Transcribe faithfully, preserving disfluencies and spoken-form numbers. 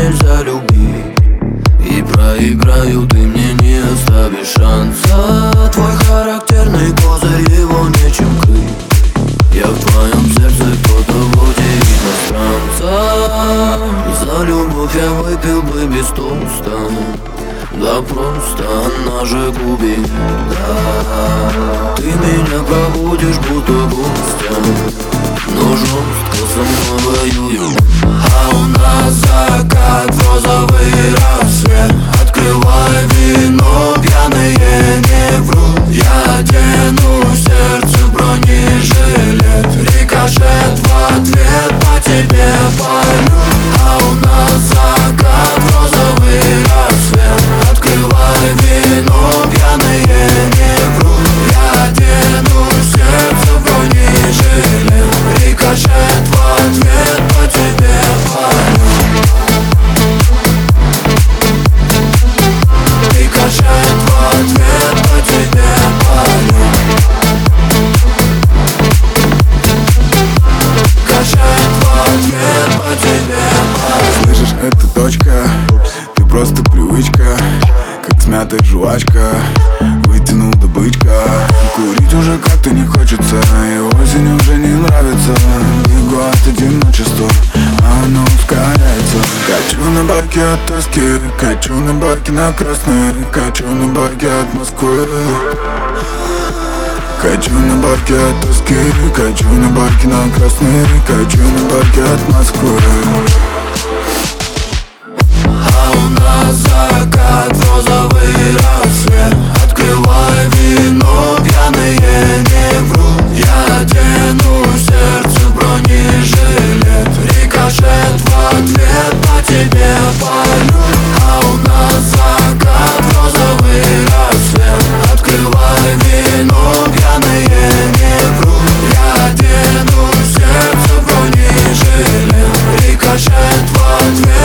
нельзя любить. И проиграю, ты мне не оставишь шанса. Твой характерный козырь, его нечем крыть. Я в твоем сердце кто-то вроде иностранца. За любовь я выпил бы без тоста. Да просто она же губит. Да, ты меня пробудишь, будто гостя, но жестко со мной воюю. А у нас закат, розовый рассвет. Открывай вино, пьяные не врут. Я одену в сердце бронежилет. Рикошет в ответ по тебе палю. А у нас закат, розовый рассвет. Открывай вино, пьяные не врут. Я одену в сердце бронежилет. Рикошет в ответ по тебе палю. Рикошет в ответ по тебе палю. Рикошет в ответ по тебе палю. Слышишь, это точка, ты просто привычка, как смятая жвачка, вытянул добычка. Курить уже как-то не хочется, и осень уже не нравится. Бегу от одиночества, а оно ускоряется. Качу на байке от тоски, качу на байке на красной, качу на байке от Москвы. Качу на байке от тоски, качу на байке на красной, качу на байке от Москвы. А у нас закат, розовый рассвет. Открывай вино, пьяные не врут. Я одену в сердце бронежилет. Рикошет в ответ по тебе палю. А у нас закат, розовый рассвет. Открывай вино, пьяные не врут. Я одену в сердце бронежилет. Рикошет в ответ